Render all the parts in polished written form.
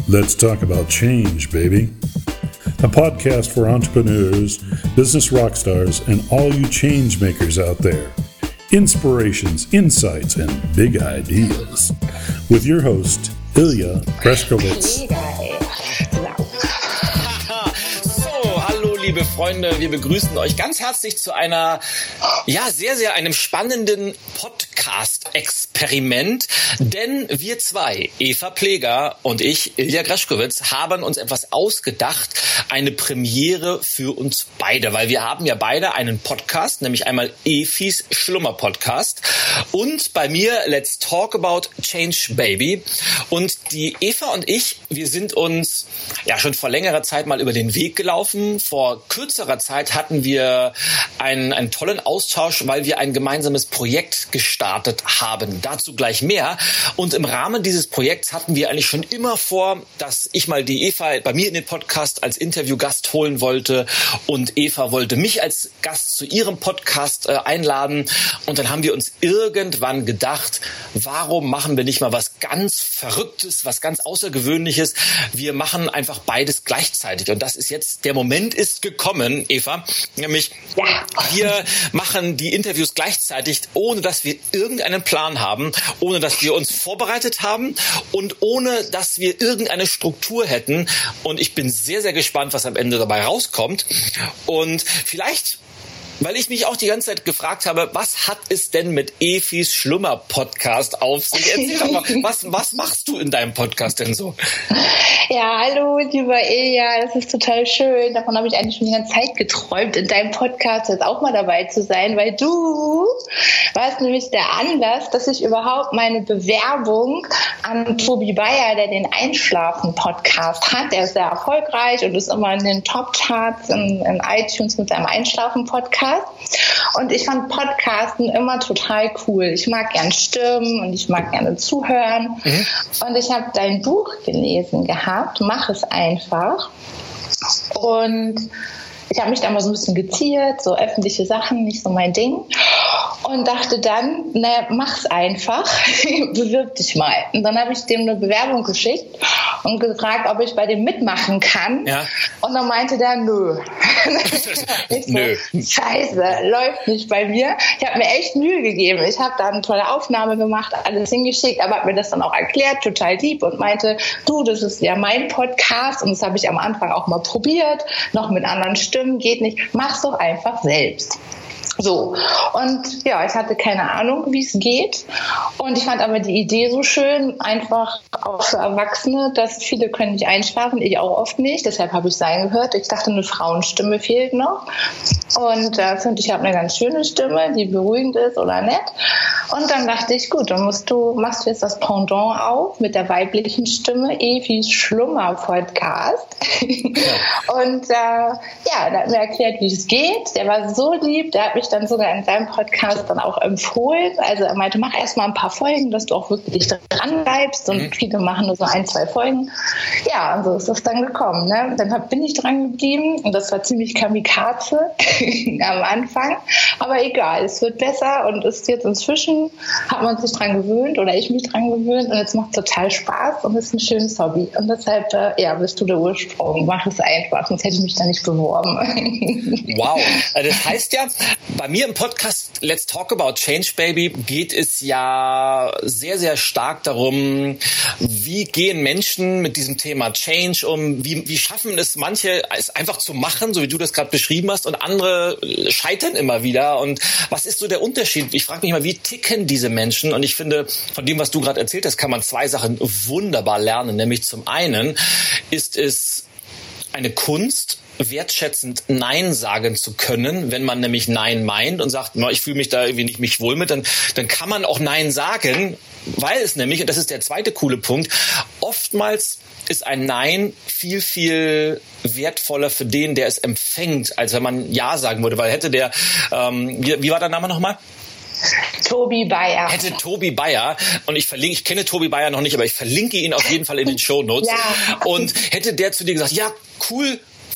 Let's talk about change, baby. A podcast for entrepreneurs, business rock stars, and all you change makers out there. Inspirations, insights, and big ideas. With your host, Ilya Greschkowitz. Liebe Freunde, wir begrüßen euch ganz herzlich zu einem spannenden Podcast-Experiment, denn wir zwei, Eva Pleger und ich, Ilya Greschkowitz, haben uns etwas ausgedacht, eine Premiere für uns beide, weil wir haben ja beide einen Podcast, nämlich einmal Efis Schlummer-Podcast und bei mir Let's Talk About Change, Baby. Und die Eva und ich, wir sind uns ja schon vor längerer Zeit mal über den Weg gelaufen. Vor kürzerer Zeit hatten wir einen tollen Austausch, weil wir ein gemeinsames Projekt gestartet haben. Dazu gleich mehr. Und im Rahmen dieses Projekts hatten wir eigentlich schon immer vor, dass ich mal die Eva bei mir in den Podcast als Interviewgast holen wollte und Eva wollte mich als Gast zu ihrem Podcast einladen. Und dann haben wir uns irgendwann gedacht, warum machen wir nicht mal was ganz Verrücktes, was ganz Außergewöhnliches? Wir machen einfach beides gleichzeitig. Und das ist jetzt, der Moment ist gekommen, Eva, nämlich wir machen die Interviews gleichzeitig, ohne dass wir irgendeinen Plan haben, ohne dass wir uns vorbereitet haben und ohne dass wir irgendeine Struktur hätten. Und ich bin sehr, sehr gespannt, was am Ende dabei rauskommt. Und vielleicht, weil ich mich auch die ganze Zeit gefragt habe, was hat es denn mit Efis Schlummer-Podcast auf sich? Erzähl doch mal, was machst du in deinem Podcast denn so? Ja, hallo, lieber Ilja, das ist total schön. Davon habe ich eigentlich schon die ganze Zeit geträumt, in deinem Podcast jetzt auch mal dabei zu sein, weil du warst nämlich der Anlass, dass ich überhaupt meine Bewerbung an Tobi Bayer, der den Einschlafen-Podcast hat, der ist sehr erfolgreich und ist immer in den Top-Charts in iTunes mit seinem Einschlafen-Podcast. Und ich fand Podcasten immer total cool. Ich mag gern Stimmen und ich mag gerne zuhören. Und ich habe dein Buch gelesen gehabt, Mach es einfach. Und ich habe mich da mal so ein bisschen geziert, so öffentliche Sachen, nicht so mein Ding. Und dachte dann, mach's einfach, bewirb dich mal. Und dann habe ich dem eine Bewerbung geschickt und gefragt, ob ich bei dem mitmachen kann. Ja. Und dann meinte der, nö. Ich so, nö. Scheiße, läuft nicht bei mir. Ich habe mir echt Mühe gegeben. Ich habe da eine tolle Aufnahme gemacht, alles hingeschickt, aber habe mir das dann auch erklärt, total lieb und meinte, du, das ist ja mein Podcast und das habe ich am Anfang auch mal probiert, noch mit anderen Stimmen, geht nicht, mach's doch einfach selbst. So, und ja, ich hatte keine Ahnung, wie es geht und ich fand aber die Idee so schön, einfach auch für Erwachsene, dass viele können nicht einschlafen, ich auch oft nicht, deshalb habe ich es gehört. Ich dachte, eine Frauenstimme fehlt noch und finde, ich habe eine ganz schöne Stimme, die beruhigend ist oder nett und dann dachte ich, gut, dann machst du jetzt das Pendant auf mit der weiblichen Stimme, Efis Schlummer-Podcast und da hat mir erklärt, wie es geht, der war so lieb, der hat mich dann sogar in seinem Podcast dann auch empfohlen. Also er meinte, mach erst mal ein paar Folgen, dass du auch wirklich dran bleibst und viele machen nur so 1-2 Folgen. Ja, und so ist das dann gekommen. Ne? Dann bin ich dran geblieben und das war ziemlich Kamikaze am Anfang. Aber egal, es wird besser und ist jetzt inzwischen, hat man sich dran gewöhnt oder ich mich dran gewöhnt und jetzt macht es total Spaß und ist ein schönes Hobby. Und deshalb, bist du der Ursprung. Mach es einfach, sonst hätte ich mich da nicht beworben. Wow, das heißt ja, bei mir im Podcast Let's Talk About Change, Baby geht es ja sehr, sehr stark darum, wie gehen Menschen mit diesem Thema Change um, wie schaffen es manche, es einfach zu machen, so wie du das gerade beschrieben hast, und andere scheitern immer wieder. Und was ist so der Unterschied? Ich frage mich mal, wie ticken diese Menschen? Und ich finde, von dem, was du gerade erzählt hast, kann man 2 Sachen wunderbar lernen. Nämlich zum einen ist es eine Kunst, wertschätzend Nein sagen zu können, wenn man nämlich Nein meint und sagt, ich fühle mich da irgendwie nicht mich wohl mit, dann kann man auch Nein sagen, weil es nämlich, und das ist der zweite coole Punkt, oftmals ist ein Nein viel, viel wertvoller für den, der es empfängt, als wenn man Ja sagen würde, weil hätte der, wie war der Name nochmal? Tobi Bayer. Hätte Tobi Bayer, und ich kenne Tobi Bayer noch nicht, aber ich verlinke ihn auf jeden Fall in den Shownotes. Ja. Und hätte der zu dir gesagt, ja, cool,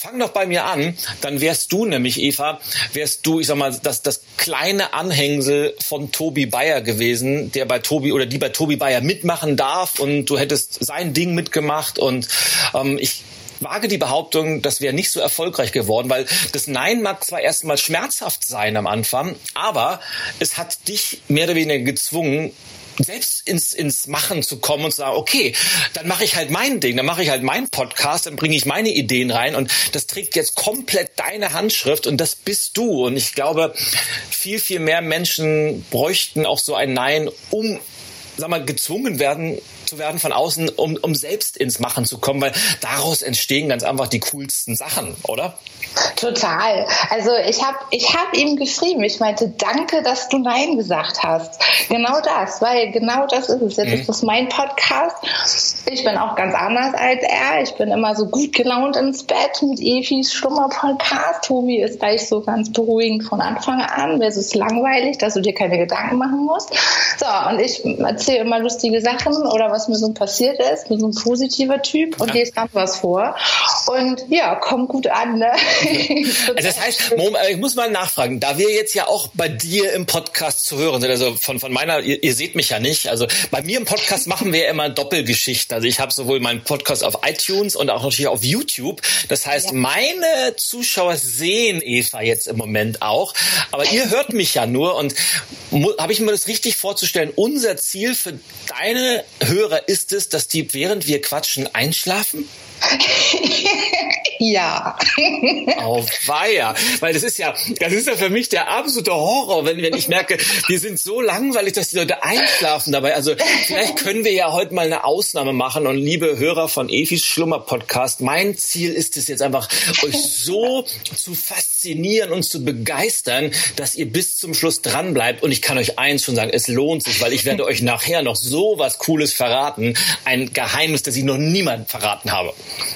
fang doch bei mir an, dann wärst du nämlich, Eva, ich sag mal, das kleine Anhängsel von Tobi Bayer gewesen, die bei Tobi Bayer mitmachen darf, und du hättest sein Ding mitgemacht, und ich wage die Behauptung, das wäre nicht so erfolgreich geworden, weil das Nein mag zwar erstmal schmerzhaft sein am Anfang, aber es hat dich mehr oder weniger gezwungen, selbst ins Machen zu kommen und zu sagen, okay, dann mache ich halt mein Ding, dann mache ich halt meinen Podcast, dann bringe ich meine Ideen rein, und das trägt jetzt komplett deine Handschrift, und das bist du. Und ich glaube, viel, viel mehr Menschen bräuchten auch so ein Nein, um, gezwungen zu werden von außen, um selbst ins Machen zu kommen, weil daraus entstehen ganz einfach die coolsten Sachen, oder? Total. Also ich hab ihm geschrieben, ich meinte, danke, dass du Nein gesagt hast. Genau das, weil genau das ist es. Jetzt ist das mein Podcast. Ich bin auch ganz anders als er. Ich bin immer so gut gelaunt ins Bett mit Efis Schlummer-Podcast. Tobi ist gleich so ganz beruhigend von Anfang an. Es ist langweilig, dass du dir keine Gedanken machen musst. So, und ich erzähle immer lustige Sachen oder was mir so passiert ist. Bin so ein positiver Typ und lese dann was vor. Und ja, kommt gut an, ne? Also das heißt, ich muss mal nachfragen, da wir jetzt ja auch bei dir im Podcast zu hören sind, also von meiner, ihr seht mich ja nicht, also bei mir im Podcast machen wir immer Doppelgeschichten. Also ich habe sowohl meinen Podcast auf iTunes und auch natürlich auf YouTube. Das heißt, meine Zuschauer sehen Eva jetzt im Moment auch, aber ihr hört mich ja nur, und habe ich mir das richtig vorzustellen, unser Ziel für deine Hörer ist es, dass die, während wir quatschen, einschlafen? Ja. Auweia. Weil das ist ja für mich der absolute Horror, wenn ich merke, wir sind so langweilig, dass die Leute einschlafen dabei. Also vielleicht können wir ja heute mal eine Ausnahme machen, und liebe Hörer von Efis Schlummer-Podcast, mein Ziel ist es jetzt einfach, euch so zu faszinieren und zu begeistern, dass ihr bis zum Schluss dran bleibt. Und ich kann euch eins schon sagen, es lohnt sich, weil ich werde euch nachher noch so was Cooles verraten. Ein Geheimnis, das ich noch niemandem verraten habe.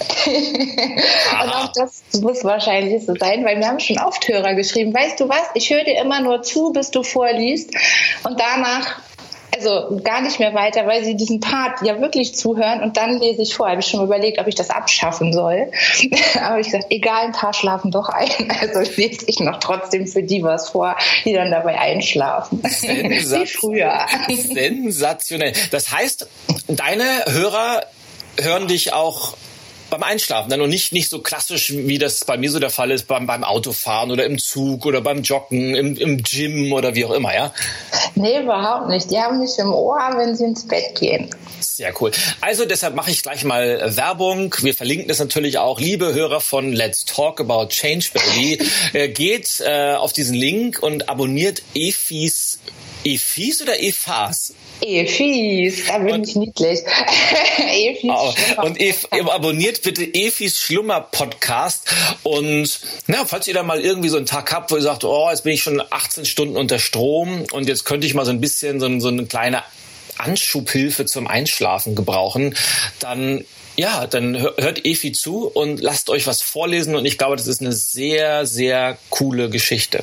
Und auch das muss wahrscheinlich so sein, weil wir haben schon oft Hörer geschrieben, weißt du was, ich höre dir immer nur zu, bis du vorliest, und danach also gar nicht mehr weiter, weil sie diesen Part ja wirklich zuhören, und dann lese ich vor. Habe ich schon überlegt, ob ich das abschaffen soll. Aber ich gesagt, egal, ein paar schlafen doch ein. Also lese ich noch trotzdem für die was vor, die dann dabei einschlafen. Wie früher. Sensationell. Das heißt, deine Hörer hören dich auch beim Einschlafen dann, und nicht so klassisch, wie das bei mir so der Fall ist, beim Autofahren oder im Zug oder beim Joggen, im Gym oder wie auch immer, ja? Nee, überhaupt nicht. Die haben mich im Ohr, wenn sie ins Bett gehen. Sehr cool. Also deshalb mache ich gleich mal Werbung. Wir verlinken das natürlich auch. Liebe Hörer von Let's Talk About Change Baby, geht auf diesen Link und abonniert Efis oder Evas? Efis, da bin ich niedlich. Efis und abonniert bitte Efis Schlummer-Podcast. Und falls ihr da mal irgendwie so einen Tag habt, wo ihr sagt, jetzt bin ich schon 18 Stunden unter Strom und jetzt könnte ich mal so ein bisschen so eine kleine Anschubhilfe zum Einschlafen gebrauchen, dann hört Efi zu und lasst euch was vorlesen. Und ich glaube, das ist eine sehr, sehr coole Geschichte.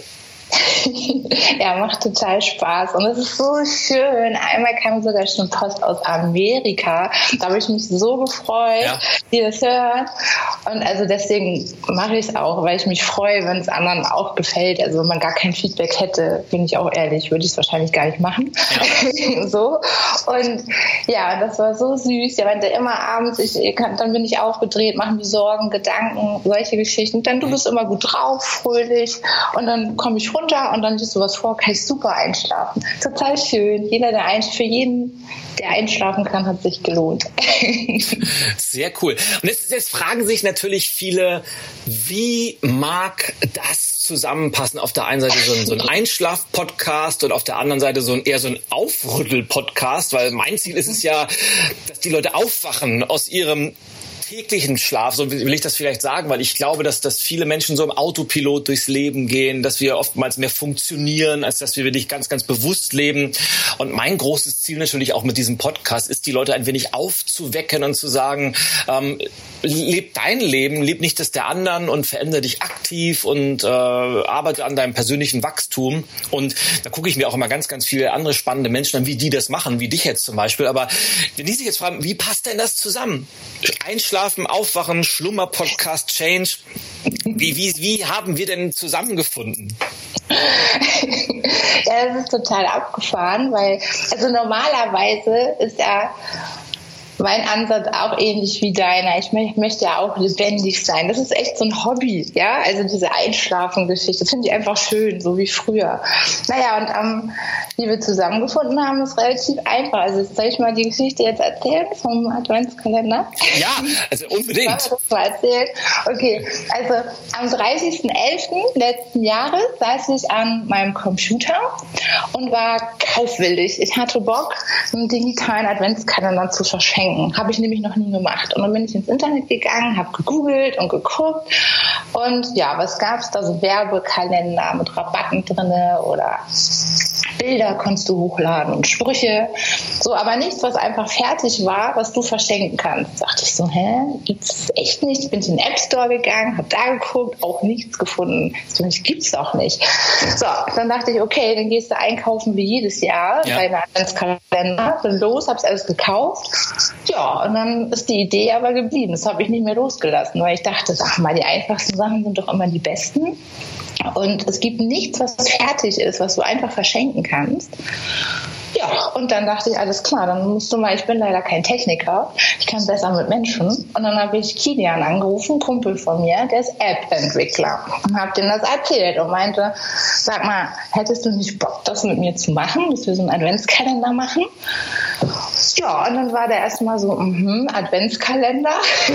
Ja, macht total Spaß und es ist so schön. Einmal kam sogar schon Post aus Amerika. Da habe ich mich so gefreut, die das hört. Und also deswegen mache ich es auch, weil ich mich freue, wenn es anderen auch gefällt. Also wenn man gar kein Feedback hätte, bin ich auch ehrlich, würde ich es wahrscheinlich gar nicht machen. Ja. So. Und ja, das war so süß. Der meinte immer abends, dann bin ich aufgedreht, mache mir Sorgen, Gedanken, solche Geschichten. Und dann, du bist immer gut drauf, fröhlich. Und dann komme ich runter und dann liest du was vor, kann ich super einschlafen. Total schön. Für jeden, der einschlafen kann, hat sich gelohnt. Sehr cool. Und jetzt fragen sich natürlich viele, wie mag das zusammenpassen? Auf der einen Seite so ein Einschlaf-Podcast und auf der anderen Seite eher so ein Aufrüttel-Podcast, weil mein Ziel ist es ja, dass die Leute aufwachen aus ihrem täglichen Schlaf, so will ich das vielleicht sagen, weil ich glaube, dass viele Menschen so im Autopilot durchs Leben gehen, dass wir oftmals mehr funktionieren, als dass wir wirklich ganz, ganz bewusst leben. Und mein großes Ziel natürlich auch mit diesem Podcast ist, die Leute ein wenig aufzuwecken und zu sagen, leb dein Leben, leb nicht das der anderen und verändere dich aktiv und arbeite an deinem persönlichen Wachstum. Und da gucke ich mir auch immer ganz, ganz viele andere spannende Menschen an, wie die das machen, wie dich jetzt zum Beispiel. Aber wenn die sich jetzt fragen, wie passt denn das zusammen? Einschlafen Einschlafen, Aufwachen, Schlummer-Podcast, Change. Wie haben wir denn zusammengefunden? Ja, das ist total abgefahren, weil, also normalerweise ist ja mein Ansatz auch ähnlich wie deiner. Ich möchte ja auch lebendig sein. Das ist echt so ein Hobby, ja. Also diese Einschlafen-Geschichte, das finde ich einfach schön, so wie früher. Naja, und wie wir zusammengefunden haben, ist relativ einfach. Also soll ich mal die Geschichte jetzt erzählen vom Adventskalender? Ja, also unbedingt. Ich das mal erzählen. Okay, also am 30.11. letzten Jahres saß ich an meinem Computer und war kaufwillig. Ich hatte Bock, einen digitalen Adventskalender zu verschenken. Habe ich nämlich noch nie gemacht. Und dann bin ich ins Internet gegangen, habe gegoogelt und geguckt. Und ja, was gab es da? So Werbekalender mit Rabatten drinne oder Bilder konntest du hochladen und Sprüche. So, aber nichts, was einfach fertig war, was du verschenken kannst. Da dachte ich so, gibt's echt nicht? Bin ich in den App Store gegangen, habe da geguckt, auch nichts gefunden. Das gibt's doch nicht. So, dann dachte ich, okay, dann gehst du einkaufen wie jedes Jahr bei einem Adventskalender. Bin los, hab's alles gekauft. Ja, und dann ist die Idee aber geblieben. Das habe ich nicht mehr losgelassen, weil ich dachte, sag mal, die einfachsten Sachen sind doch immer die besten. Und es gibt nichts, was fertig ist, was du einfach verschenken kannst. Ja, und dann dachte ich, alles klar, dann musst du mal, ich bin leider kein Techniker, ich kann besser mit Menschen. Und dann habe ich Kilian angerufen, Kumpel von mir, der ist App-Entwickler. Und habe dem das erzählt und meinte, sag mal, hättest du nicht Bock, das mit mir zu machen, dass wir so einen Adventskalender machen? Ja, und dann war der erstmal so, Adventskalender.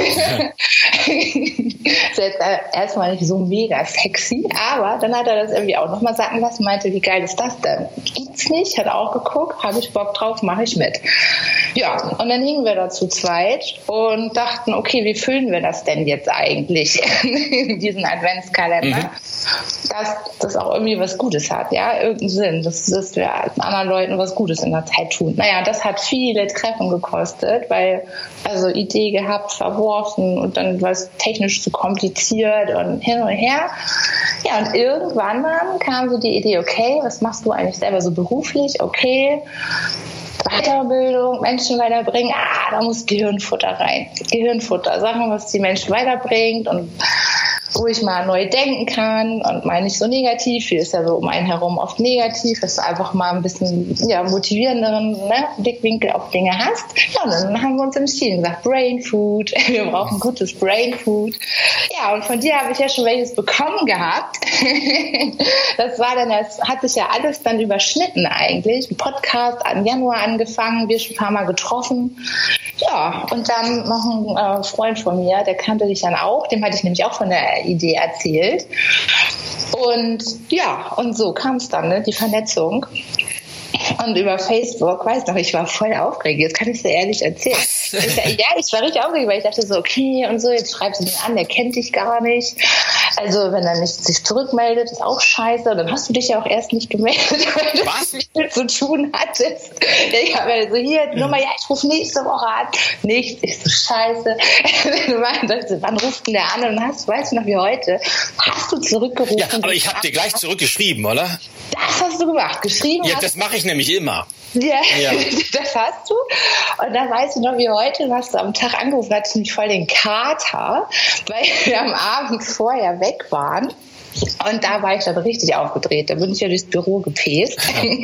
Ist jetzt erstmal nicht so mega sexy, aber dann hat er das irgendwie auch nochmal sagen lassen, meinte, wie geil ist das denn? Gibt's nicht, hat auch geguckt, habe ich Bock drauf, mache ich mit. Ja, und dann hingen wir da zu zweit und dachten, okay, wie füllen wir das denn jetzt eigentlich, diesen Adventskalender, dass das auch irgendwie was Gutes hat, ja, irgendeinen Sinn, dass wir anderen Leuten was Gutes in der Zeit tun. Naja, das hat viele Treffen gekostet, weil, also Idee gehabt, verworfen und dann war es technisch zu kompliziert und hin und her. Ja, und irgendwann dann kam so die Idee, okay, was machst du eigentlich selber so beruflich? Okay, Weiterbildung, Menschen weiterbringen, da muss Gehirnfutter rein. Gehirnfutter, Sachen, was die Menschen weiterbringt und wo ich mal neu denken kann und mal nicht so negativ. Viel ist ja so um einen herum oft negativ, dass du einfach mal ein bisschen motivierenderen Blickwinkel auf Dinge hast. Ja, und dann haben wir uns entschieden, gesagt, Brain Food, wir brauchen gutes Brain Food. Ja, und von dir habe ich ja schon welches bekommen gehabt. Das hat sich ja alles dann überschnitten eigentlich. Ein Podcast im Januar angefangen, wir schon ein paar Mal getroffen. Ja, und dann noch ein Freund von mir, der kannte dich dann auch, dem hatte ich nämlich auch von der Idee erzählt. Und ja, und so kam es dann, die Vernetzung. Und über Facebook, weiß noch, ich war voll aufgeregt, jetzt kann ich es dir ehrlich erzählen. Ich war richtig aufgeregt, weil ich dachte so, okay, und so, jetzt schreibst du den an, der kennt dich gar nicht. Also, wenn er nicht sich zurückmeldet, ist auch scheiße. Und dann hast du dich ja auch erst nicht gemeldet, weil du viel zu tun hattest. Ich habe ja so, hier, die Nummer, ich rufe nächste Woche an. Nichts, ich so, scheiße. Wann ruft denn der an? Und weißt du noch wie heute, hast du zurückgerufen. Ja, aber ich habe dir gleich zurückgeschrieben, oder? Das hast du gemacht, geschrieben. Ja, das mache ich nämlich immer. Ja, das hast du. Und dann weißt du noch wie heute, hast du am Tag angerufen, hattest du nämlich voll den Kater, weil wir am Abend vorher weg waren. Und da war ich dann richtig aufgedreht. Da bin ich ja durchs Büro gepäst.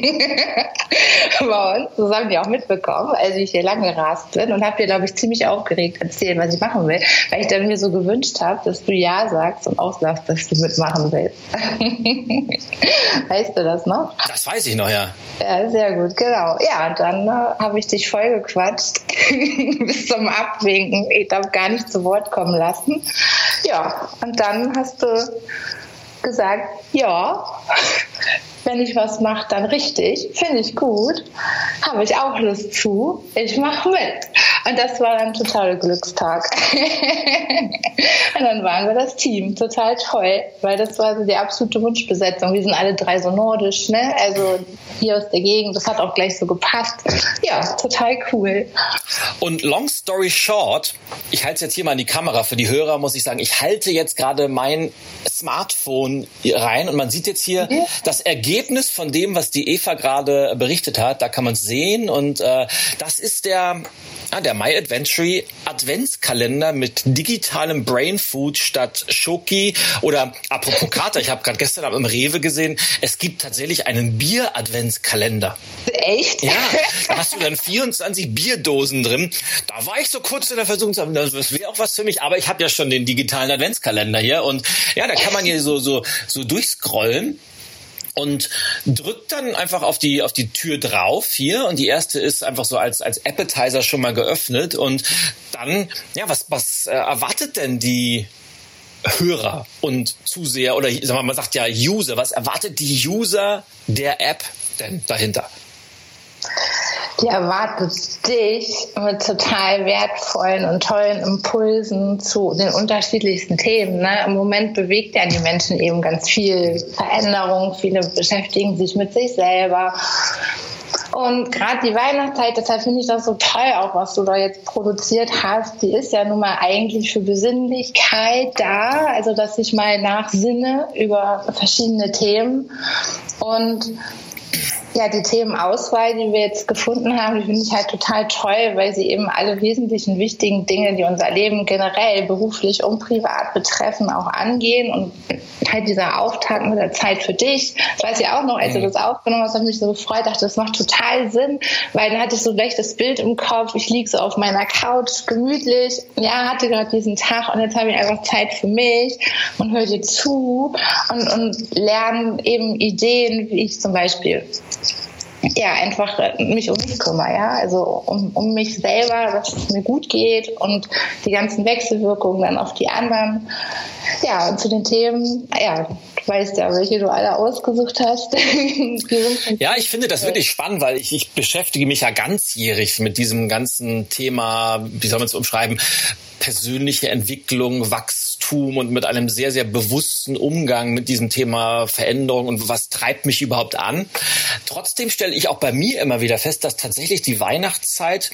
Bei uns. Das haben die auch mitbekommen, als ich hier lang gerast bin. Und habe dir, glaube ich, ziemlich aufgeregt erzählt, was ich machen will. Weil ich dann mir so gewünscht habe, dass du Ja sagst und auch sagst, dass du mitmachen willst. Weißt du das noch? Das weiß ich noch, ja. Ja, sehr gut, genau. Ja, und dann habe ich dich voll gequatscht. Bis zum Abwinken. Ich habe gar nicht zu Wort kommen lassen. Ja, und dann hast du gesagt, ja, wenn ich was mache, dann richtig, finde ich gut, habe ich auch Lust zu, ich mache mit. Und das war dann ein totaler Glückstag. Und dann waren wir das Team, total toll, weil das war so die absolute Wunschbesetzung. Wir sind alle drei so nordisch, ne? Also hier aus der Gegend, das hat auch gleich so gepasst. Ja, total cool. Und long story short, ich halte es jetzt hier mal in die Kamera, für die Hörer muss ich sagen, ich halte jetzt gerade mein Smartphone rein und man sieht jetzt hier das Ergebnis von dem, was die Eva gerade berichtet hat. Da kann man es sehen und das ist der My Adventure Adventskalender mit digitalem Brain Food statt Schoki. Oder apropos Kater, ich habe gerade gestern im Rewe gesehen, es gibt tatsächlich einen Bier-Adventskalender. Echt? Ja, da hast du dann 24 Bierdosen drin. Da war ich so kurz in der Versuchung, das wäre auch was für mich. Aber ich habe ja schon den digitalen Adventskalender hier und ja, da kann man hier so durchscrollen. Und drückt dann einfach auf die Tür drauf hier und die erste ist einfach so als Appetizer schon mal geöffnet und dann, ja, was erwartet denn die Hörer und Zuseher oder sag mal, man sagt ja User, was erwartet die User der App denn dahinter? Die erwartet dich mit total wertvollen und tollen Impulsen zu den unterschiedlichsten Themen. Ne? Im Moment bewegt ja die Menschen eben ganz viel Veränderung. Viele beschäftigen sich mit sich selber. Und gerade die Weihnachtszeit, deshalb finde ich das so toll, auch was du da jetzt produziert hast, die ist ja nun mal eigentlich für Besinnlichkeit da, also dass ich mal nachsinne über verschiedene Themen. Und ja, die Themenauswahl, die wir jetzt gefunden haben, die finde ich halt total toll, weil sie eben alle wesentlichen wichtigen Dinge, die unser Leben generell beruflich und privat betreffen, auch angehen. Und halt dieser Auftakt mit der Zeit für dich, ich weiß ja auch noch, als du das aufgenommen hast, habe ich mich so gefreut, dachte, das macht total Sinn, weil dann hatte ich so gleich das Bild im Kopf, ich liege so auf meiner Couch, gemütlich, ja, hatte gerade diesen Tag und jetzt habe ich einfach Zeit für mich und höre dir zu und lerne eben Ideen, wie ich zum Beispiel ja, einfach mich um mich kümmere, ja, also um mich selber, dass es mir gut geht und die ganzen Wechselwirkungen dann auf die anderen. Ja, und zu den Themen, ja, du weißt ja, welche du alle ausgesucht hast. Ja, ich finde das wirklich spannend, weil ich beschäftige mich ja ganzjährig mit diesem ganzen Thema, wie soll man es umschreiben, persönliche Entwicklung, Wachstum und mit einem sehr, sehr bewussten Umgang mit diesem Thema Veränderung und was treibt mich überhaupt an. Trotzdem stelle ich auch bei mir immer wieder fest, dass tatsächlich die Weihnachtszeit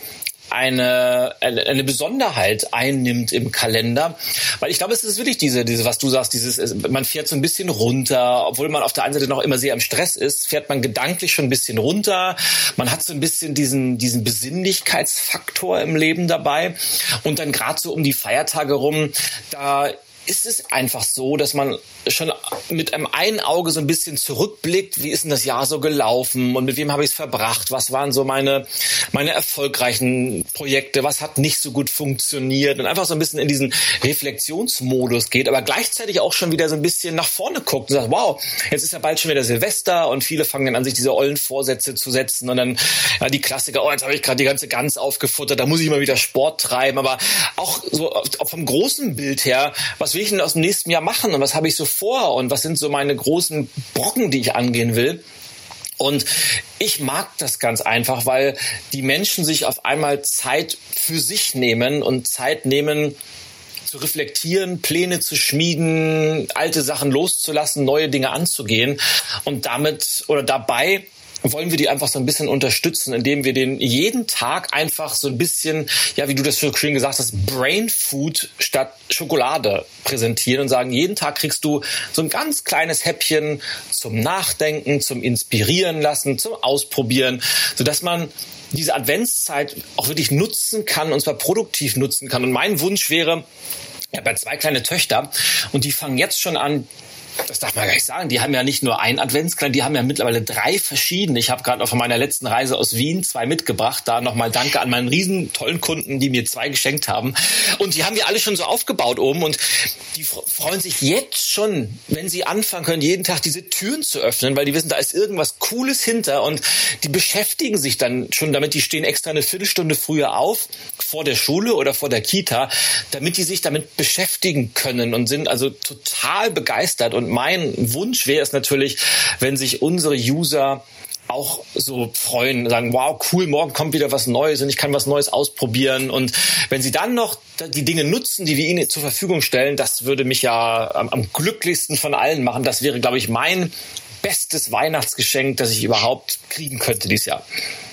eine Besonderheit einnimmt im Kalender, weil ich glaube, es ist wirklich diese, was du sagst, man fährt so ein bisschen runter, obwohl man auf der einen Seite noch immer sehr im Stress ist, fährt man gedanklich schon ein bisschen runter, man hat so ein bisschen diesen Besinnlichkeitsfaktor im Leben dabei und dann gerade so um die Feiertage rum, da ist es einfach so, dass man schon mit einem einen Auge so ein bisschen zurückblickt, wie ist denn das Jahr so gelaufen und mit wem habe ich es verbracht, was waren so meine erfolgreichen Projekte, was hat nicht so gut funktioniert und einfach so ein bisschen in diesen Reflexionsmodus geht, aber gleichzeitig auch schon wieder so ein bisschen nach vorne guckt und sagt, wow, jetzt ist ja bald schon wieder Silvester und viele fangen dann an, sich diese ollen Vorsätze zu setzen und dann ja, die Klassiker, oh, jetzt habe ich gerade die ganze Gans aufgefuttert, da muss ich mal wieder Sport treiben, aber auch so vom großen Bild her, was will ich denn aus dem nächsten Jahr machen und was habe ich so vor und was sind so meine großen Brocken, die ich angehen will. Und ich mag das ganz einfach, weil die Menschen sich auf einmal Zeit für sich nehmen und Zeit nehmen, zu reflektieren, Pläne zu schmieden, alte Sachen loszulassen, neue Dinge anzugehen. Und damit oder dabei wollen wir die einfach so ein bisschen unterstützen, indem wir den jeden Tag einfach so ein bisschen, ja, wie du das so schön gesagt hast, Brain Food statt Schokolade präsentieren und sagen, jeden Tag kriegst du so ein ganz kleines Häppchen zum Nachdenken, zum Inspirieren lassen, zum Ausprobieren, sodass man diese Adventszeit auch wirklich nutzen kann und zwar produktiv nutzen kann. Und mein Wunsch wäre, ich habe ja 2 kleine Töchter und die fangen jetzt schon an, das darf man gar nicht sagen, die haben ja nicht nur einen Adventskalender, die haben ja mittlerweile 3 verschiedene. Ich habe gerade auf meiner letzten Reise aus Wien 2 mitgebracht. Da nochmal danke an meinen riesen tollen Kunden, die mir 2 geschenkt haben. Und die haben wir alle schon so aufgebaut oben und die freuen sich jetzt schon, wenn sie anfangen können, jeden Tag diese Türen zu öffnen, weil die wissen, da ist irgendwas Cooles hinter und die beschäftigen sich dann schon damit. Die stehen extra eine Viertelstunde früher auf, vor der Schule oder vor der Kita, damit die sich damit beschäftigen können und sind also total begeistert. Und mein Wunsch wäre es natürlich, wenn sich unsere User auch so freuen, sagen, wow, cool, morgen kommt wieder was Neues und ich kann was Neues ausprobieren. Und wenn sie dann noch die Dinge nutzen, die wir ihnen zur Verfügung stellen, das würde mich ja am glücklichsten von allen machen. Das wäre, glaube ich, mein bestes Weihnachtsgeschenk, das ich überhaupt kriegen könnte dieses Jahr.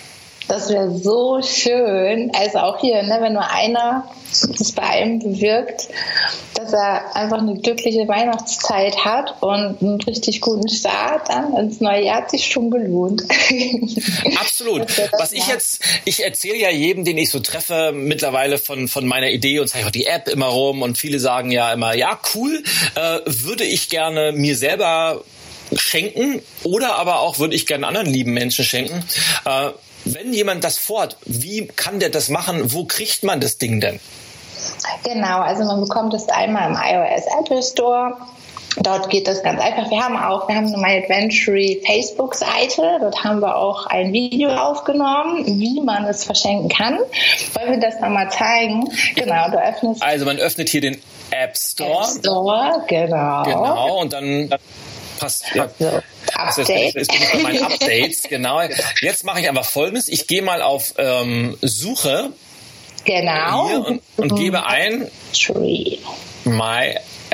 Das wäre so schön. Also auch hier, ne, wenn nur einer das bei einem bewirkt, dass er einfach eine glückliche Weihnachtszeit hat und einen richtig guten Start dann ins neue Jahr, hat sich schon gelohnt. Absolut. Was ich erzähle ja jedem, den ich so treffe, mittlerweile von meiner Idee und zeige auch die App immer rum und viele sagen ja immer, ja cool, würde ich gerne mir selber schenken oder aber auch würde ich gerne anderen lieben Menschen schenken. Wenn jemand das vorhat, wie kann der das machen? Wo kriegt man das Ding denn? Genau, also man bekommt es einmal im iOS Apple Store. Dort geht das ganz einfach. Wir haben eine My Adventure Facebook-Seite. Dort haben wir auch ein Video aufgenommen, wie man es verschenken kann. Wollen wir das nochmal zeigen? Genau, du öffnest. Also man öffnet hier den App Store. App Store, genau. Genau, und dann passt. Ja. Also, Update. Jetzt bin ich bei meinen Updates, genau. Jetzt mache ich einfach Folgendes. Ich gehe mal auf Suche. Genau. Hier und gebe ein My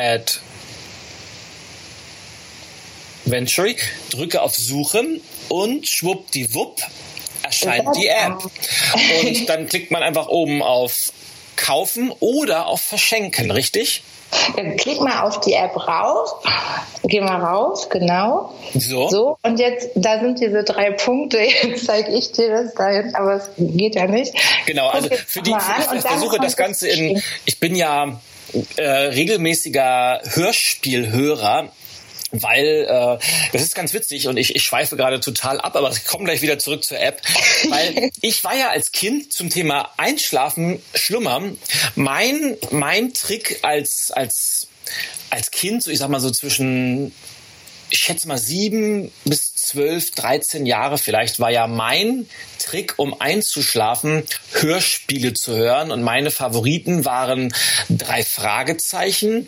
Adventure, drücke auf Suchen und schwuppdiwupp erscheint die App. Und dann klickt man einfach oben auf Kaufen oder auf Verschenken, richtig? Dann klick mal auf die App rauf. Geh mal rauf, genau. So, und jetzt, da sind diese 3 Punkte. Jetzt zeige ich dir das dahin, aber es geht ja nicht. Genau, also ich versuche das Ganze ich bin ja regelmäßiger Hörspielhörer. Weil das ist ganz witzig und ich schweife gerade total ab, aber ich komme gleich wieder zurück zur App, weil ich war ja als Kind zum Thema Einschlafen, Schlummern, mein Trick als Kind, so ich sag mal so zwischen, ich schätze mal 7 bis 12, 13 Jahre vielleicht, war ja mein Trick, um einzuschlafen, Hörspiele zu hören. Und meine Favoriten waren 3 Fragezeichen,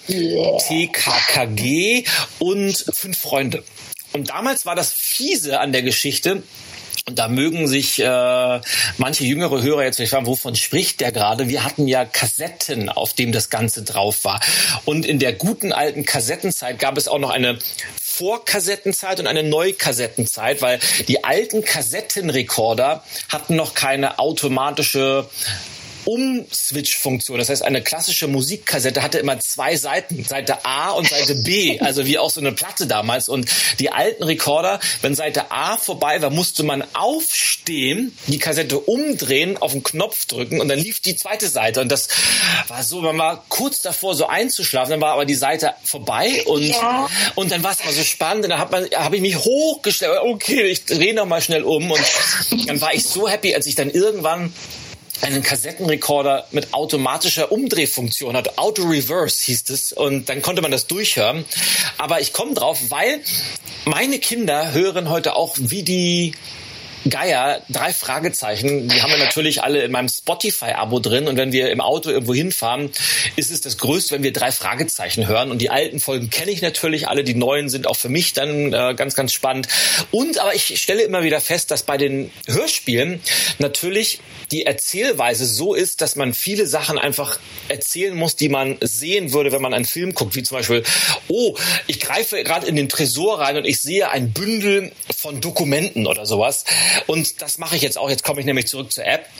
TKKG und 5 Freunde. Und damals war das Fiese an der Geschichte, und da mögen sich manche jüngere Hörer jetzt vielleicht fragen, wovon spricht der gerade? Wir hatten ja Kassetten, auf dem das Ganze drauf war. Und in der guten alten Kassettenzeit gab es auch noch eine Vorkassettenzeit und eine Neukassettenzeit, weil die alten Kassettenrekorder hatten noch keine automatische Umswitch-Funktion. Das heißt, eine klassische Musikkassette hatte immer 2 Seiten, Seite A und Seite B, also wie auch so eine Platte damals. Und die alten Rekorder, wenn Seite A vorbei war, musste man aufstehen, die Kassette umdrehen, auf den Knopf drücken und dann lief die zweite Seite. Und das war so, man war kurz davor, so einzuschlafen, dann war aber die Seite vorbei und dann war es aber so spannend. Und dann habe ich mich hochgestellt, okay, ich drehe noch mal schnell um und dann war ich so happy, als ich dann irgendwann einen Kassettenrekorder mit automatischer Umdrehfunktion hat. Auto-Reverse hieß es. Und dann konnte man das durchhören. Aber ich komme drauf, weil meine Kinder hören heute auch wie die Geier 3 Fragezeichen. Die haben wir natürlich alle in meinem Spotify-Abo drin. Und wenn wir im Auto irgendwo hinfahren, ist es das Größte, wenn wir 3 Fragezeichen hören. Und die alten Folgen kenne ich natürlich alle. Die neuen sind auch für mich dann ganz, ganz spannend. Aber ich stelle immer wieder fest, dass bei den Hörspielen natürlich die Erzählweise so ist, dass man viele Sachen einfach erzählen muss, die man sehen würde, wenn man einen Film guckt. Wie zum Beispiel, ich greife gerade in den Tresor rein und ich sehe ein Bündel von Dokumenten oder sowas. Und das mache ich jetzt auch. Jetzt komme ich nämlich zurück zur App.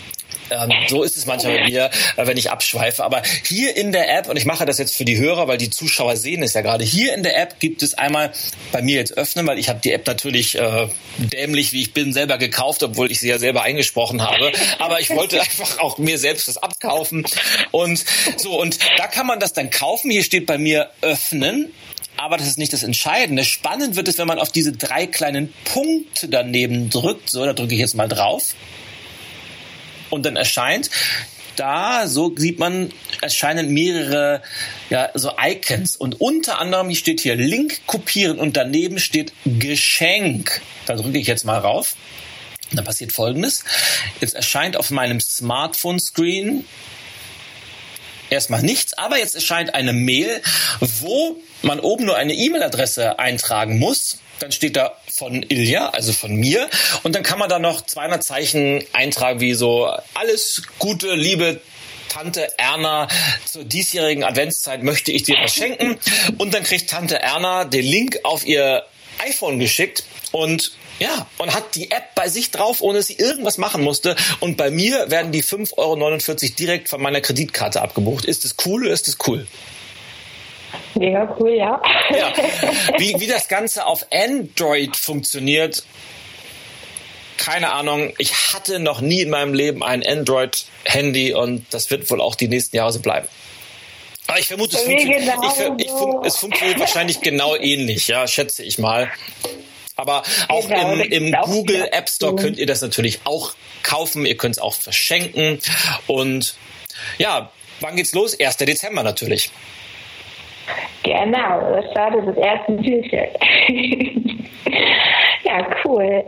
So ist es manchmal bei mir, wenn ich abschweife. Aber hier in der App, und ich mache das jetzt für die Hörer, weil die Zuschauer sehen es ja gerade, hier in der App gibt es einmal bei mir jetzt öffnen, weil ich habe die App natürlich dämlich, wie ich bin, selber gekauft, obwohl ich sie ja selber eingesprochen habe. Aber ich wollte einfach auch mir selbst das abkaufen. Und da kann man das dann kaufen. Hier steht bei mir öffnen. Aber das ist nicht das Entscheidende. Spannend wird es, wenn man auf diese 3 kleinen Punkte daneben drückt. So, da drücke ich jetzt mal drauf. Und dann erscheint erscheinen mehrere so Icons. Und unter anderem steht hier Link kopieren und daneben steht Geschenk. Da drücke ich jetzt mal rauf. Und dann passiert Folgendes. Jetzt erscheint auf meinem Smartphone-Screen erstmal nichts, aber jetzt erscheint eine Mail, wo man oben nur eine E-Mail-Adresse eintragen muss. Dann steht da von Ilja, also von mir. Und dann kann man da noch 200 Zeichen eintragen, wie so alles Gute, liebe Tante Erna, zur diesjährigen Adventszeit möchte ich dir was schenken. Und dann kriegt Tante Erna den Link auf ihr iPhone geschickt und Ja, und hat die App bei sich drauf, ohne dass sie irgendwas machen musste. Und bei mir werden die 5,49 € direkt von meiner Kreditkarte abgebucht. Ist das cool oder ist das cool? Mega cool, ja. Ja. Wie das Ganze auf Android funktioniert, keine Ahnung. Ich hatte noch nie in meinem Leben ein Android-Handy und das wird wohl auch die nächsten Jahre so bleiben. Aber ich vermute, es funktioniert wahrscheinlich genau ähnlich, ja, schätze ich mal. Aber auch im Google App Store könnt ihr das natürlich auch kaufen. Ihr könnt es auch verschenken. Und ja, wann geht's los? 1. Dezember natürlich. Genau, das startet das erste Türchen. Ja, cool.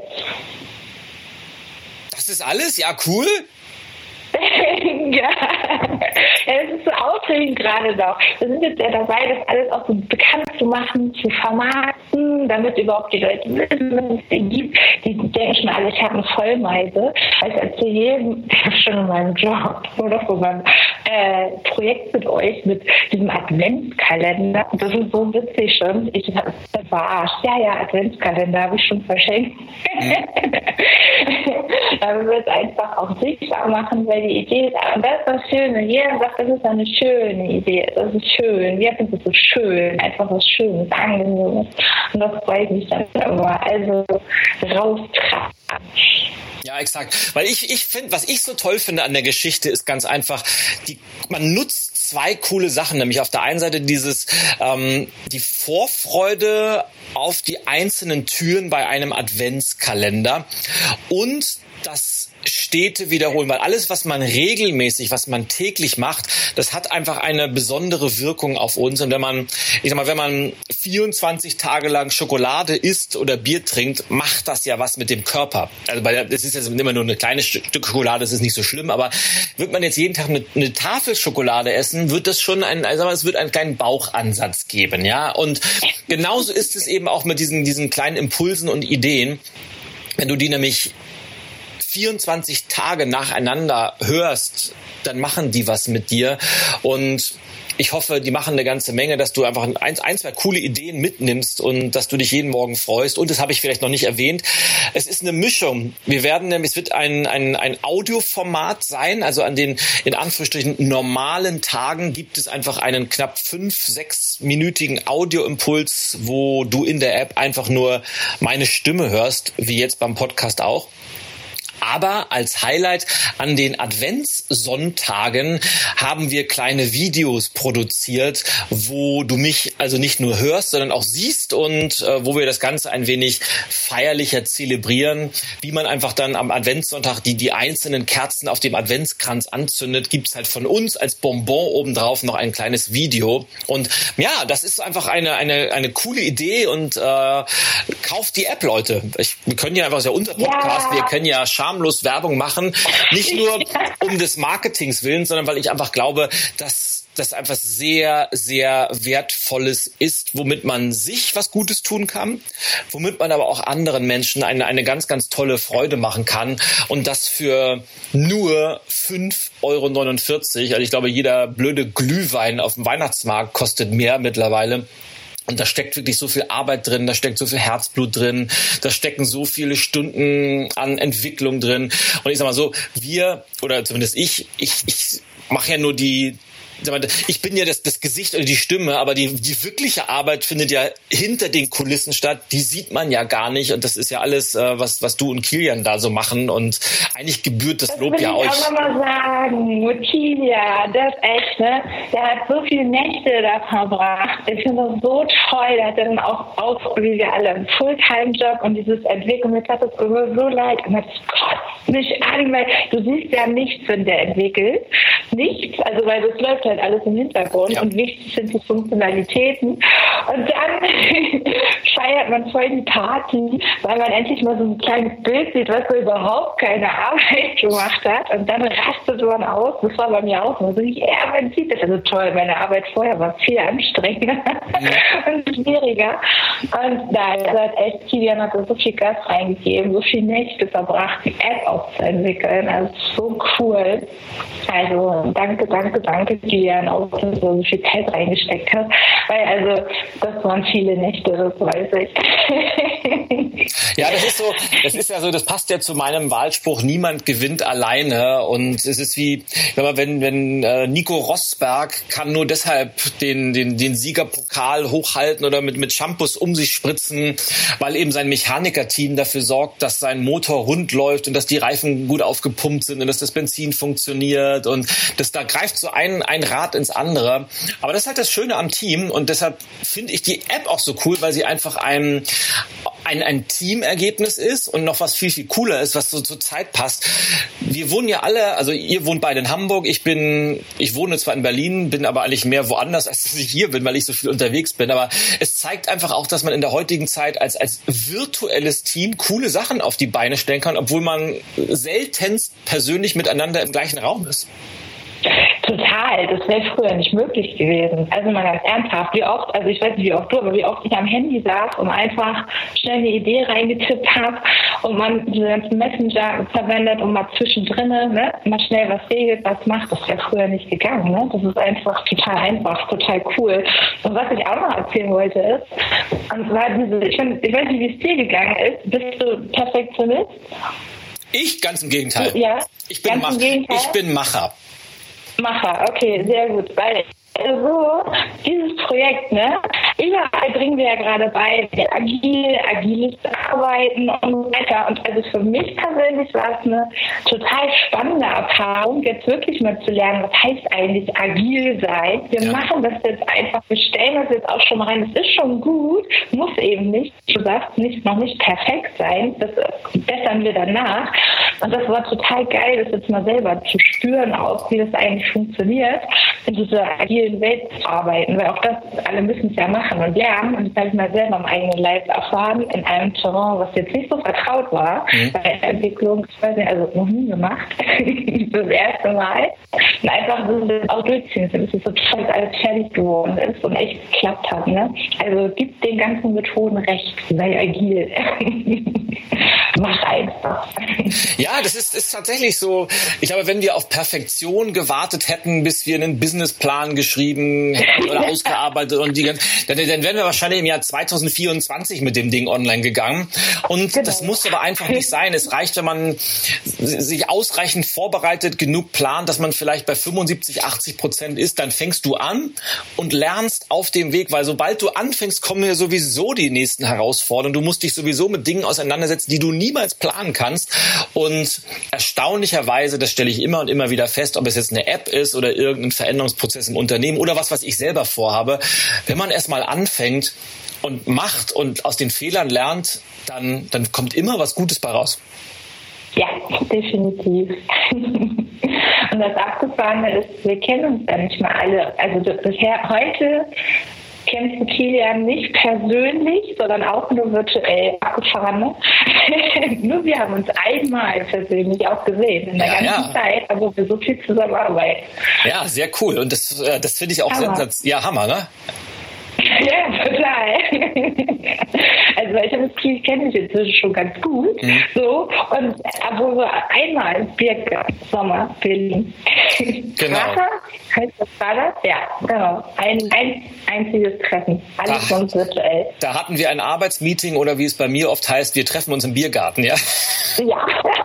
Das ist alles? Ja, cool. Ja, es ist so aufregend gerade noch. Wir sind jetzt ja dabei, das alles auch so bekannt zu machen, zu vermarkten, damit überhaupt die Leute wissen, was es denn gibt. Die denken schon alle, ich habe eine Vollmeise. Ich erzähle jedem, ich habe schon in meinem Job oder von meinem Projekt mit euch, mit diesem Adventskalender. Das ist so witzig schon. Ich habe es verarscht. Ja, Adventskalender habe ich schon verschenkt. Da wir es einfach auch sichtbar machen, weil die Idee ist, und das ist das Schöne. Jeder sagt, das ist eine schöne Idee. Das ist schön. Wir finden es so schön. Einfach was Schönes, Angenehmes. Und das freut mich dann immer. Also raustragen. Ja, exakt. Weil ich finde, was ich so toll finde an der Geschichte, ist ganz einfach, man nutzt 2 coole Sachen, nämlich auf der einen Seite die Vorfreude auf die einzelnen Türen bei einem Adventskalender und das stete Wiederholen, weil alles, was man regelmäßig, was man täglich macht, das hat einfach eine besondere Wirkung auf uns. Und wenn man 24 Tage lang Schokolade isst oder Bier trinkt, macht das ja was mit dem Körper. Also das ist jetzt immer nur eine kleine Stück Schokolade, das ist nicht so schlimm, aber wird man jetzt jeden Tag eine Tafel Schokolade essen, wird das schon es wird einen kleinen Bauchansatz geben, ja. Und genauso ist es eben auch mit diesen kleinen Impulsen und Ideen. Wenn du die nämlich 24 Tage nacheinander hörst, dann machen die was mit dir und ich hoffe, die machen eine ganze Menge, dass du einfach ein, 2 coole Ideen mitnimmst und dass du dich jeden Morgen freust. Und das habe ich vielleicht noch nicht erwähnt. Es ist eine Mischung. Es wird ein Audioformat sein. Also an den, in Anführungsstrichen, normalen Tagen gibt es einfach einen knapp 5-6-minütigen Audioimpuls, wo du in der App einfach nur meine Stimme hörst, wie jetzt beim Podcast auch. Aber als Highlight an den Adventssonntagen haben wir kleine Videos produziert, wo du mich also nicht nur hörst, sondern auch siehst und wo wir das Ganze ein wenig feierlicher zelebrieren, wie man einfach dann am Adventssonntag die einzelnen Kerzen auf dem Adventskranz anzündet, gibt's halt von uns als Bonbon obendrauf noch ein kleines Video. Und ja, das ist einfach eine coole Idee und kauft die App, Leute. Wir können ja einfach, unser Podcast, wir können ja schamlos Werbung machen, nicht nur um des Marketings willen, sondern weil ich einfach glaube, dass das einfach sehr, sehr Wertvolles ist, womit man sich was Gutes tun kann, womit man aber auch anderen Menschen eine ganz, ganz tolle Freude machen kann und das für nur 5,49 €. Also ich glaube, jeder blöde Glühwein auf dem Weihnachtsmarkt kostet mehr mittlerweile. Und da steckt wirklich so viel Arbeit drin, da steckt so viel Herzblut drin, da stecken so viele Stunden an Entwicklung drin. Und ich sag mal so, oder zumindest ich mache ja nur ich bin ja das Gesicht oder die Stimme, aber die wirkliche Arbeit findet ja hinter den Kulissen statt. Die sieht man ja gar nicht und das ist ja alles, was du und Kilian da so machen und eigentlich gebührt das Lob ja euch. Ich will auch nochmal sagen, Kilian, der ist echt, ne? Der hat so viele Nächte da verbracht. Ich finde das so toll. Der hat dann auch wie wir alle, einen Fulltime-Job und dieses Entwickeln. Mir tat das immer so leid. Und das kotzt mich an, weil du siehst ja nichts, wenn der entwickelt. Nichts, also weil das läuft halt alles im Hintergrund und wichtig sind die Funktionalitäten. Und dann feiert man voll die Party, weil man endlich mal so ein kleines Bild sieht, was so überhaupt keine Arbeit gemacht hat. Und dann rastet man aus. Das war bei mir auch so. Man sieht das. Also toll, meine Arbeit vorher war viel anstrengender und schwieriger. Und nein, also hat echt, Kilian hat so viel Gas reingegeben, so viel Nächte verbracht, die App auch zu entwickeln. Also so cool. Also danke, Kilian, auch dass du so viel Zeit reingesteckt hast. Weil also, das waren viele Nächte, das weiß ich. Ja, das ist ja so, das passt ja zu meinem Wahlspruch, niemand gewinnt alleine. Und es ist wie, wenn Nico Rosberg kann nur deshalb den Siegerpokal hochhalten oder mit Shampoos um sich spritzen, weil eben sein Mechanikerteam dafür sorgt, dass sein Motor rund läuft und dass die Reifen gut aufgepumpt sind und dass das Benzin funktioniert und da greift so ein Rad ins andere. Aber das ist halt das Schöne am Team und deshalb finde ich die App auch so cool, weil sie einfach ein Teamergebnis ist und noch was viel, viel cooler ist, was so zur Zeit passt. Wir wohnen ja alle, also ihr wohnt beide in Hamburg, ich wohne zwar in Berlin, bin aber eigentlich mehr woanders, als dass ich hier bin, weil ich so viel unterwegs bin, aber es zeigt einfach auch, dass man in der heutigen Zeit als virtuelles Team coole Sachen auf die Beine stellen kann, obwohl man seltenst persönlich miteinander im gleichen Raum ist. Total, das wäre früher nicht möglich gewesen. Also mal ganz ernsthaft, wie oft, also ich weiß nicht wie oft du, aber wie oft ich am Handy saß und einfach schnell eine Idee reingetippt habe und man diese ganzen Messenger verwendet und mal zwischendrin mal schnell was regelt, was macht, das wäre früher nicht gegangen. Ne? Das ist einfach, total cool. Und was ich auch noch erzählen wollte ist, und zwar ich weiß nicht, wie es dir gegangen ist, bist du Perfektionist? Ich? Ganz im Gegenteil. Ja, ich bin Macher. Macher, okay, sehr gut, weil dieses Projekt, überall bringen wir ja gerade bei, agiles Arbeiten und so weiter. Und also für mich persönlich war es eine total spannende Erfahrung, jetzt wirklich mal zu lernen, was heißt eigentlich agil sein. Wir machen das jetzt einfach, wir stellen das jetzt auch schon mal rein. Das ist schon gut, muss eben nicht, du sagst, noch nicht perfekt sein. Das bessern wir danach. Und das war total geil, das jetzt mal selber zu spüren, auch wie das eigentlich funktioniert, in dieser agilen Welt zu arbeiten, weil auch das, alle müssen es ja machen und lernen. Und das habe ich mal selber am eigenen Leib erfahren, in einem Terrain, was jetzt nicht so vertraut war, bei der Entwicklung, ich weiß nicht, also noch nie gemacht, das erste Mal. Und einfach so das auch durchziehen, bis es so toll alles fertig geworden ist und echt geklappt hat. Also gibt den ganzen Methoden recht, sei agil. Mach einfach. Ja, das ist tatsächlich so. Ich glaube, wenn wir auf Perfektion gewartet hätten, bis wir einen Businessplan geschrieben hätten oder ausgearbeitet und dann wären wir wahrscheinlich im Jahr 2024 mit dem Ding online gegangen. Und das muss aber einfach nicht sein. Es reicht, wenn man sich ausreichend vorbereitet, genug plant, dass man vielleicht bei 75-80% ist, dann fängst du an und lernst auf dem Weg, weil sobald du anfängst, kommen ja sowieso die nächsten Herausforderungen. Du musst dich sowieso mit Dingen auseinandersetzen, die du niemals planen kannst. Und erstaunlicherweise, das stelle ich immer und immer wieder fest, ob es jetzt eine App ist oder irgendein Veränderungsprozess im Unternehmen oder was ich selber vorhabe, wenn man erst mal anfängt und macht und aus den Fehlern lernt, dann kommt immer was Gutes bei raus. Ja, definitiv. Und das Abgefahrene ist, wir kennen uns ja nicht mal alle. Also bisher heute kennst du Kilian nicht persönlich, sondern auch nur virtuell. Abgefahren. Nur wir haben uns einmal persönlich auch gesehen in der ganzen Zeit, also wir so viel zusammenarbeiten. Ja, sehr cool. Und das finde ich auch sensationell. Ja, Hammer, ne? Ja, total. Also ich habe das Gefühl, ich kenne mich inzwischen schon ganz gut. So, und obwohl wir einmal ins Biergarten, Sommer, Berlin. Genau. Heißt das Vater? Ja, genau. Ein einziges Treffen. Alles sonst virtuell. Da hatten wir ein Arbeitsmeeting oder wie es bei mir oft heißt, wir treffen uns im Biergarten, ja? Ja.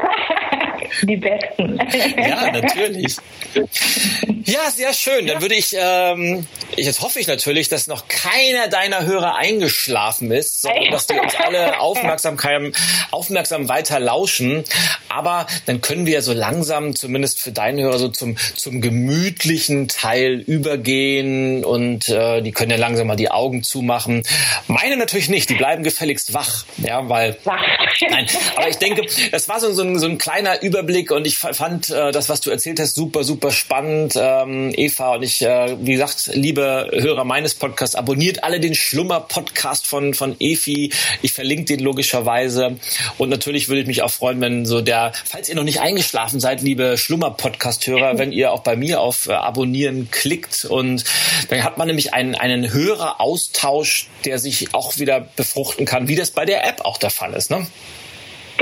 Die Besten. Ja, natürlich. Ja, sehr schön. Dann würde jetzt hoffe ich natürlich, dass noch keiner deiner Hörer eingeschlafen ist, sondern dass die uns alle aufmerksam weiter lauschen. Aber dann können wir so langsam, zumindest für deine Hörer, so zum gemütlichen Teil übergehen und die können ja langsam mal die Augen zumachen. Meine natürlich nicht, die bleiben gefälligst wach. Ja, weil... Nein, aber ich denke, das war so ein kleiner Überblick und ich fand das, was du erzählt hast, super, super spannend, Eva. Und ich, wie gesagt, liebe Hörer meines Podcasts, abonniert alle den Schlummer-Podcast von Efi. Ich verlinke den logischerweise. Und natürlich würde ich mich auch freuen, wenn falls ihr noch nicht eingeschlafen seid, liebe Schlummer-Podcast-Hörer, wenn ihr auch bei mir auf Abonnieren klickt. Und dann hat man nämlich einen Höreraustausch, der sich auch wieder befruchten kann, wie das bei der App auch der Fall ist, ne?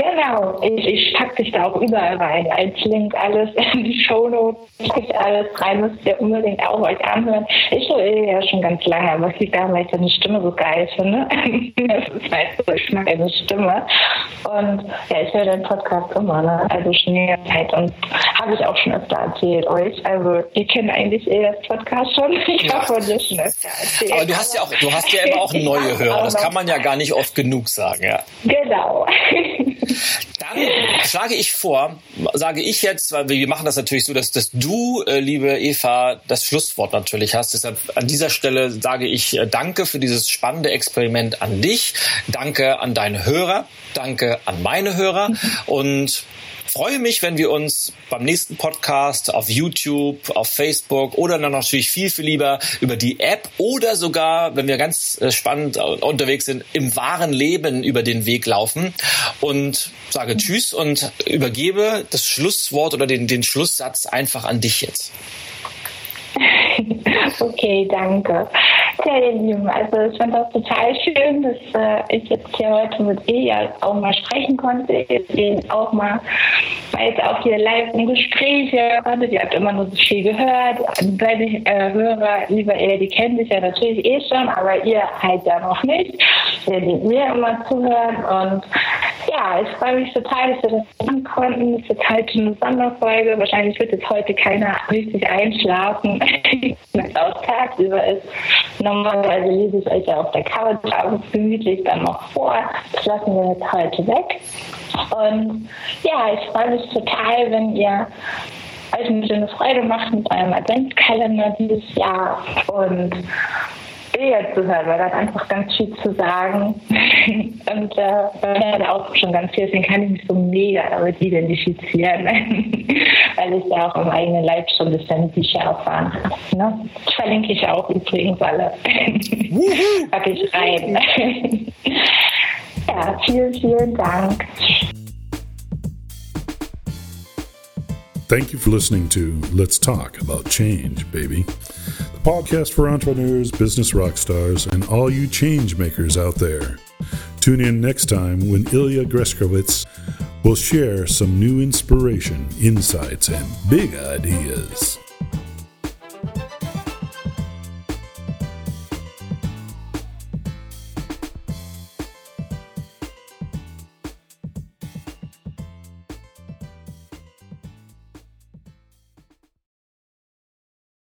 Genau, ich packe dich da auch überall rein, als Link alles in die Shownotes, packe alles rein, müsst ihr unbedingt auch euch anhören. Ich höre ja schon ganz lange, aber es liegt daran, weil ich deine Stimme so geil finde. Das ist halt so, ich mag deine Stimme. Und ja, ich höre den Podcast immer, ne? Also schon die ganze Zeit, und habe ich auch schon öfter erzählt euch. Also ihr kennt eigentlich das Podcast schon. Ich habe von dir schon öfter erzählt. Aber du hast ja immer auch neue Hörer, das kann man ja gar nicht oft genug sagen, ja. Genau. Dann schlage ich vor, sage ich jetzt, weil wir machen das natürlich so, dass du, liebe Eva, das Schlusswort natürlich hast. Deshalb an dieser Stelle sage ich danke für dieses spannende Experiment an dich. Danke an deine Hörer. Danke an meine Hörer. Und freue mich, wenn wir uns beim nächsten Podcast auf YouTube, auf Facebook oder dann natürlich viel, viel lieber über die App oder sogar, wenn wir ganz spannend unterwegs sind, im wahren Leben über den Weg laufen. Und sage Tschüss und übergebe das Schlusswort oder den Schlusssatz einfach an dich jetzt. Okay, danke. Ja, ihr Lieben, also ich fand das total schön, dass ich jetzt hier heute mit Ilja auch mal sprechen konnte. Ich auch mal, weil es auch hier live ein Gespräch hatte. Die habt immer nur so viel gehört. Deine Hörer, lieber Ilja, die kennen sich ja natürlich schon, aber ihr halt ja noch nicht. Die mir immer zuhören. Und ja, ich freue mich total, dass wir das machen konnten. Es ist halt eine Sonderfolge. Wahrscheinlich wird jetzt heute keiner richtig einschlafen, wenn es auch tagsüber ist. Normalerweise lese ich euch ja auf der Couch abends gemütlich dann noch vor. Das lassen wir jetzt heute weg. Und ja, ich freue mich total, wenn ihr euch eine schöne Freude macht mit eurem Adventskalender dieses Jahr und Ilja zu hören, weil er hat einfach ganz viel zu sagen. Und er hat auch schon ganz viel, deswegen kann ich mich so mega damit identifizieren, weil ich ja auch im eigenen Leib schon ein bisschen Bücher erfahren habe. Ne? Das verlinke ich auch übrigens alle. Pack ich rein. Ja, vielen, vielen Dank. Thank you for listening to Let's Talk About Change, baby. The podcast for entrepreneurs, business rock stars, and all you change makers out there. Tune in next time when Ilya Greskowitz will share some new inspiration, insights, and big ideas.